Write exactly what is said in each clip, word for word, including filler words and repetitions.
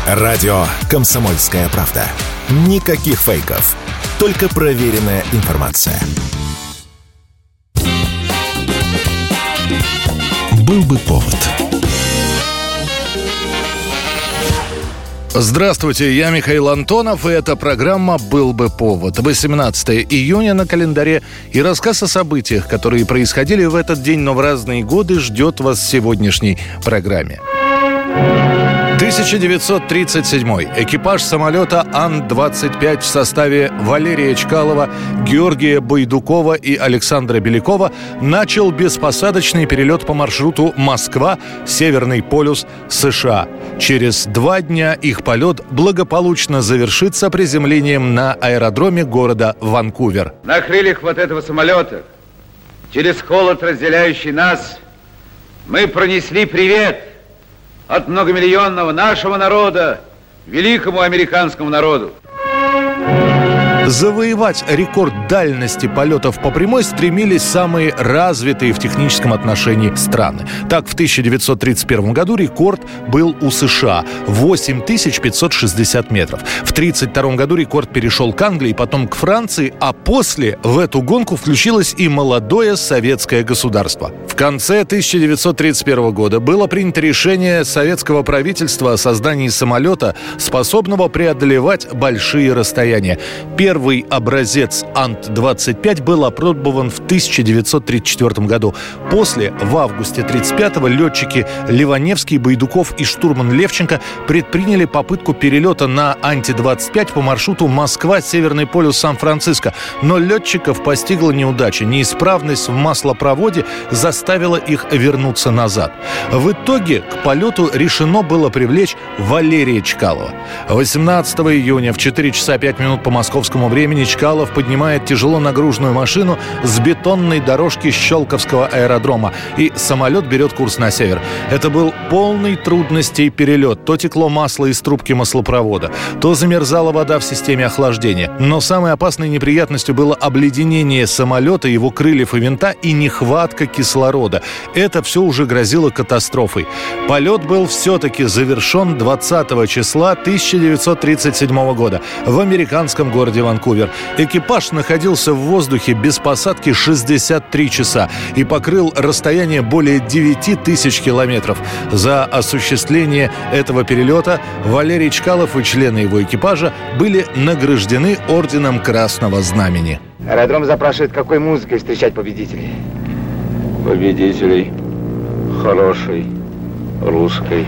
Радио «Комсомольская правда». Никаких фейков. Только проверенная информация. Был бы повод. Здравствуйте, я Михаил Антонов, и эта программа «Был бы повод». восемнадцатое июня на календаре, и рассказ о событиях, которые происходили в этот день, но в разные годы, ждет вас в сегодняшней программе. тысяча девятьсот тридцать седьмой. Экипаж самолета Ан двадцать пять в составе Валерия Чкалова, Георгия Байдукова и Александра Белякова начал беспосадочный перелет по маршруту Москва, Северный полюс, США. Через два дня их полет благополучно завершится приземлением на аэродроме города Ванкувер. На крыльях вот этого самолета, через холод, разделяющий нас, мы пронесли привет от многомиллионного нашего народа великому американскому народу. Завоевать рекорд дальности полетов по прямой стремились самые развитые в техническом отношении страны. Так, в тысяча девятьсот тридцать первом году рекорд был у США – восемь тысяч пятьсот шестьдесят метров. В тысяча девятьсот тридцать втором году рекорд перешел к Англии, потом к Франции, а после в эту гонку включилось и молодое советское государство. В конце тысяча девятьсот тридцать первого года было принято решение советского правительства о создании самолета, способного преодолевать большие расстояния. Первый образец Ан двадцать пять был опробован в тысяча девятьсот тридцать четвёртом году. После, в августе тридцать пятого, летчики Ливаневский, Байдуков и штурман Левченко предприняли попытку перелета на Ан двадцать пять по маршруту Москва, Северный полюс, Сан-Франциско. Но летчиков постигла неудача. Неисправность в маслопроводе заставила их вернуться назад. В итоге к полету решено было привлечь Валерия Чкалова. восемнадцатого июня в четыре часа пять минут по московскому времени Чкалов поднимает тяжело нагруженную машину с бетонной дорожки Щелковского аэродрома, и самолет берет курс на север. Это был полный трудностей перелет. То текло масло из трубки маслопровода, то замерзала вода в системе охлаждения. Но самой опасной неприятностью было обледенение самолета, его крыльев и винта и нехватка кислорода. Это все уже грозило катастрофой. Полет был все-таки завершен двадцатого числа тысяча девятьсот тридцать седьмого года в американском городе Ванкувер. Экипаж находился в воздухе без посадки шестьдесят три часа и покрыл расстояние более девять тысяч километров. За осуществление этого перелета Валерий Чкалов и члены его экипажа были награждены орденом Красного Знамени. Аэродром запрашивает, какой музыкой встречать победителей. Победителей хорошей русской.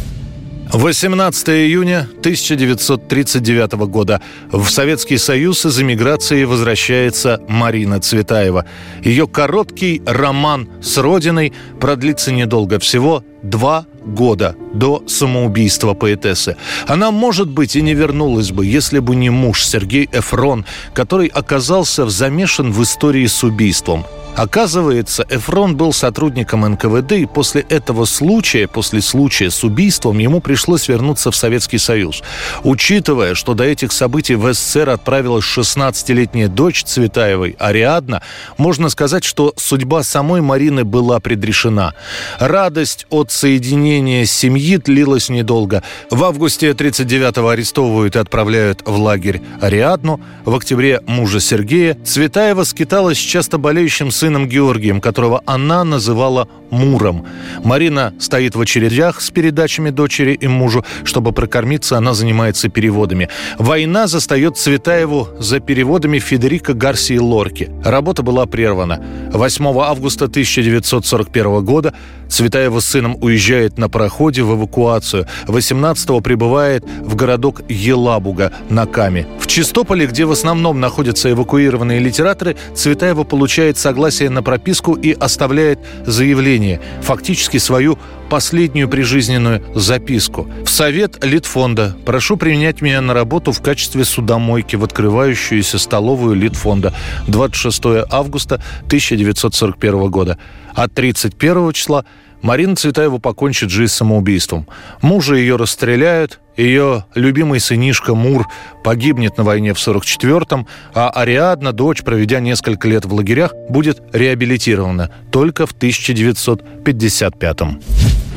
восемнадцатого июня тысяча девятьсот тридцать девятого года. В Советский Союз из эмиграции возвращается Марина Цветаева. Ее короткий роман с родиной продлится недолго, всего два года до самоубийства поэтессы. Она, может быть, и не вернулась бы, если бы не муж Сергей Эфрон, который оказался замешан в истории с убийством. Оказывается, Эфрон был сотрудником эн ка вэ дэ, и после этого случая, после случая с убийством, ему пришлось вернуться в Советский Союз. Учитывая, что до этих событий в эс эс эс эр отправилась шестнадцатилетняя дочь Цветаевой, Ариадна, можно сказать, что судьба самой Марины была предрешена. Радость от соединения семьи длилась недолго. В августе тридцать девятого арестовывают и отправляют в лагерь Ариадну. В октябре мужа Сергея. Цветаева скиталась с часто болеющим сыном Георгием, которого она называла Муром. Марина стоит в очередях с передачами дочери и мужу. Чтобы прокормиться, она занимается переводами. Война застает Цветаеву за переводами Федерико Гарсии Лорки. Работа была прервана. восьмого августа тысяча девятьсот сорок первого года Цветаева с сыном уезжает на пароходе в эвакуацию. восемнадцатого прибывает в городок Елабуга на Каме. В Чистополе, где в основном находятся эвакуированные литераторы, Цветаева получает согласие на прописку и оставляет заявление, фактически свою последнюю прижизненную записку. В совет Литфонда: прошу принять меня на работу в качестве судомойки в открывающуюся столовую Литфонда. двадцать шестого августа тысяча девятьсот сорок первого года. А тридцать первого числа Марина Цветаева покончит жизнь самоубийством. Мужа ее расстреляют, ее любимый сынишка Мур погибнет на войне в сорок четвёртом, а Ариадна, дочь, проведя несколько лет в лагерях, будет реабилитирована только в тысяча девятьсот пятьдесят пятом.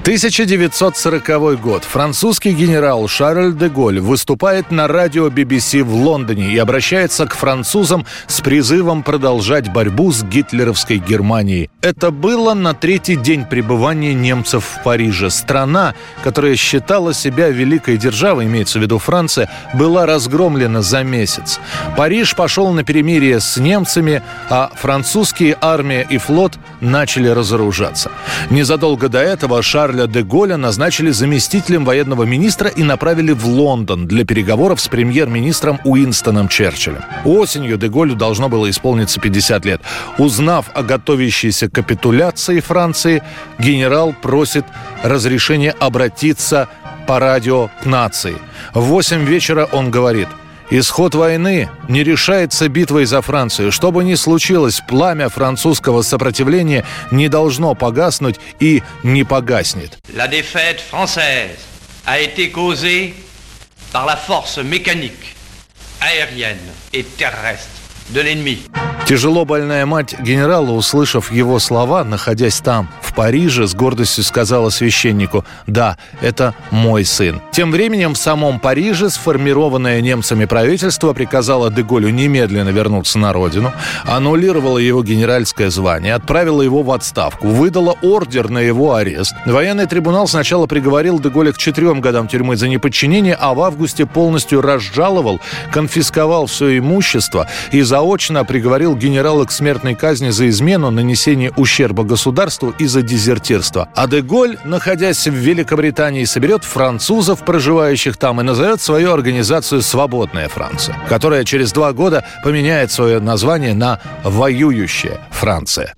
тысяча девятьсот сороковой год. Французский генерал Шарль де Голль выступает на радио би би си в Лондоне и обращается к французам с призывом продолжать борьбу с гитлеровской Германией. Это было на третий день пребывания немцев в Париже. Страна, которая считала себя великой державой, имеется в виду Франция, была разгромлена за месяц. Париж пошел на перемирие с немцами, а французские армия и флот начали разоружаться. Незадолго до этого Шарль де Голля назначили заместителем военного министра и направили в Лондон для переговоров с премьер-министром Уинстоном Черчиллем. Осенью де Голлю должно было исполниться пятьдесят лет. Узнав о готовящейся капитуляции Франции, генерал просит разрешения обратиться по радио к нации. В восемь вечера он говорит: «Исход войны не решается битвой за Францию. Что бы ни случилось, пламя французского сопротивления не должно погаснуть и не погаснет». La défaite française a été causée par la force mécanique, aérienne et terrestre de l'ennemi. Тяжело больная мать генерала, услышав его слова, находясь там, в Париже, с гордостью сказала священнику: «Да, это мой сын». Тем временем в самом Париже сформированное немцами правительство приказало де Голлю немедленно вернуться на родину, аннулировало его генеральское звание, отправило его в отставку, выдало ордер на его арест. Военный трибунал сначала приговорил де Голля к четырем годам тюрьмы за неподчинение, а в августе полностью разжаловал, конфисковал все имущество и заочно приговорил генерала к смертной казни за измену, нанесение ущерба государству и за дезертирство. А де Голль, находясь в Великобритании, соберет французов, проживающих там, и назовет свою организацию «Свободная Франция», которая через два года поменяет свое название на «Воюющая Франция».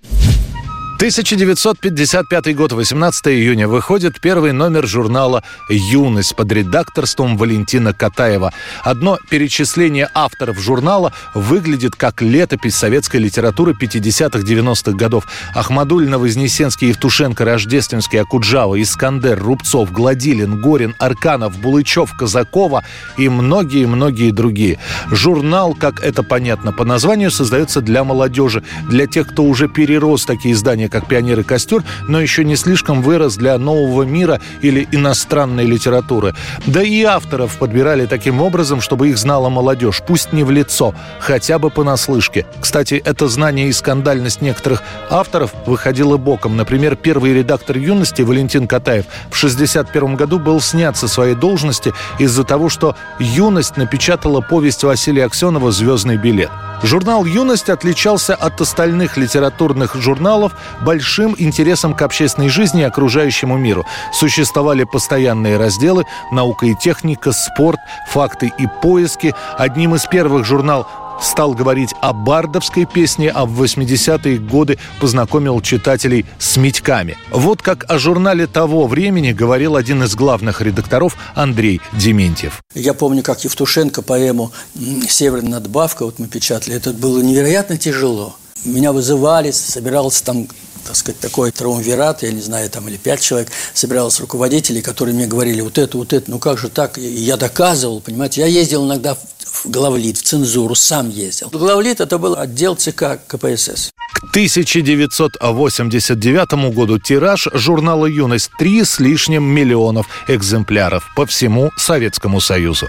тысяча девятьсот пятьдесят пятый год, восемнадцатого июня, выходит первый номер журнала «Юность» под редакторством Валентина Катаева. Одно перечисление авторов журнала выглядит как летопись советской литературы пятидесятых-девяностых годов. Ахмадуллина, Вознесенский, Евтушенко, Рождественский, Акуджава, Искандер, Рубцов, Гладилин, Горин, Арканов, Булычев, Казакова и многие-многие другие. Журнал, как это понятно по названию, создается для молодежи, для тех, кто уже перерос такие издания, как «Пионер» и «Костер», но еще не слишком вырос для нового мира или иностранной литературы. Да и авторов подбирали таким образом, чтобы их знала молодежь, пусть не в лицо, хотя бы понаслышке. Кстати, это знание и скандальность некоторых авторов выходило боком. Например, первый редактор «Юности» Валентин Катаев в шестьдесят первом году был снят со своей должности из-за того, что «Юность» напечатала повесть Василия Аксенова «Звездный билет». Журнал «Юность» отличался от остальных литературных журналов большим интересом к общественной жизни и окружающему миру. Существовали постоянные разделы «Наука и техника», «Спорт», «Факты и поиски». Одним из первых журнал стал говорить о бардовской песне, а в восьмидесятые годы познакомил читателей с Митьками. Вот как о журнале того времени говорил один из главных редакторов Андрей Дементьев. Я помню, как Евтушенко поэму «Северная надбавка» вот мы печатали. Это было невероятно тяжело. Меня вызывали, собирался там, так сказать, такой триумвират, я не знаю, там или пять человек, собиралось руководителей, которые мне говорили: вот это, вот это, ну как же так? И я доказывал, понимаете. Я ездил иногда в главлит, в цензуру, сам ездил. Главлит – это был отдел ЦК ка пэ эс эс. К тысяча девятьсот восемьдесят девятому году тираж журнала «Юность» три с лишним миллионов экземпляров по всему Советскому Союзу.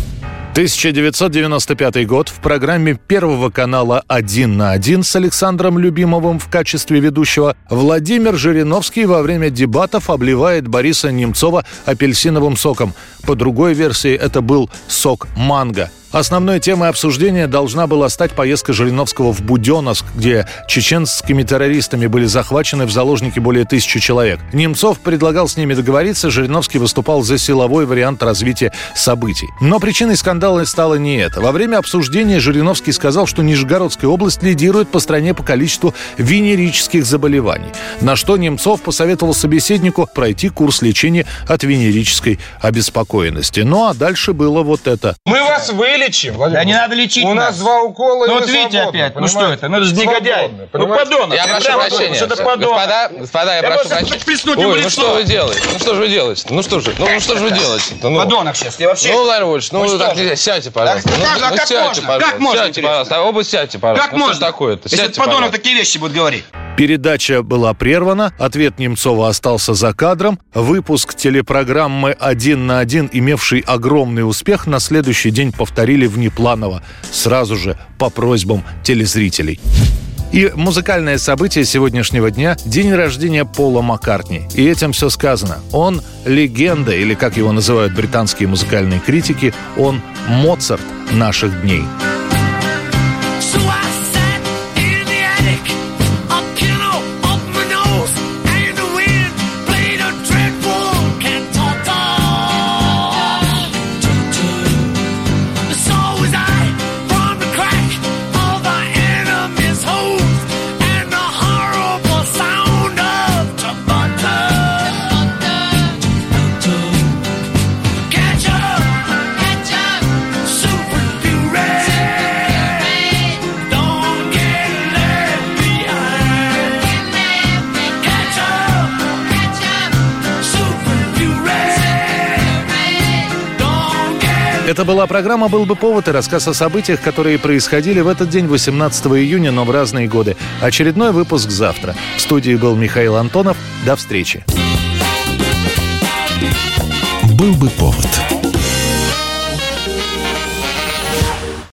тысяча девятьсот девяносто пятый год. В программе Первого канала «Один на один» с Александром Любимовым в качестве ведущего Владимир Жириновский во время дебатов обливает Бориса Немцова апельсиновым соком. По другой версии, это был сок манго. Основной темой обсуждения должна была стать поездка Жириновского в Буденновск, где чеченскими террористами были захвачены в заложники более тысячи человек. Немцов предлагал с ними договориться, Жириновский выступал за силовой вариант развития событий. Но причиной скандала стало не это. Во время обсуждения Жириновский сказал, что Нижегородская область лидирует по стране по количеству венерических заболеваний, на что Немцов посоветовал собеседнику пройти курс лечения от венерической обеспокоенности. Ну а дальше было вот это. Мы вас вылечим. Владимир. Да не надо лечить У нас, нас два укола, ну, и вот видите опять, понимаете? ну что это, ну это же негодяй. Ну подонок. Я прошу прощения. Это Господа, господа, я, я прошу прощения. Ой, ну что вы делаете? Ну что же вы делаете? Ну что же, ну что же вы делаете? Ну, подонок сейчас, я вообще... Ну, Владимир Владимирович, ну, ну так нельзя, сядьте, пожалуйста. Так, ну, как, ну, а как сядьте, можно? пожалуйста. Как можно? Сядьте, пожалуйста. Оба сядьте, пожалуйста. Как ну, можно? Что такое-то? Если Сядьте, подонок пожалуйста. такие вещи будет говорить. Передача была прервана, ответ Немцова остался за кадром. Выпуск телепрограммы «Один на один», имевший огромный успех, на следующий день повторили внепланово, сразу же по просьбам телезрителей. И музыкальное событие сегодняшнего дня – день рождения Пола Маккартни. И этим все сказано. Он легенда, или, как его называют британские музыкальные критики, он Моцарт наших дней. Это была программа «Был бы повод» и рассказ о событиях, которые происходили в этот день, восемнадцатого июня, но в разные годы. Очередной выпуск завтра. В студии был Михаил Антонов. До встречи. «Был бы повод».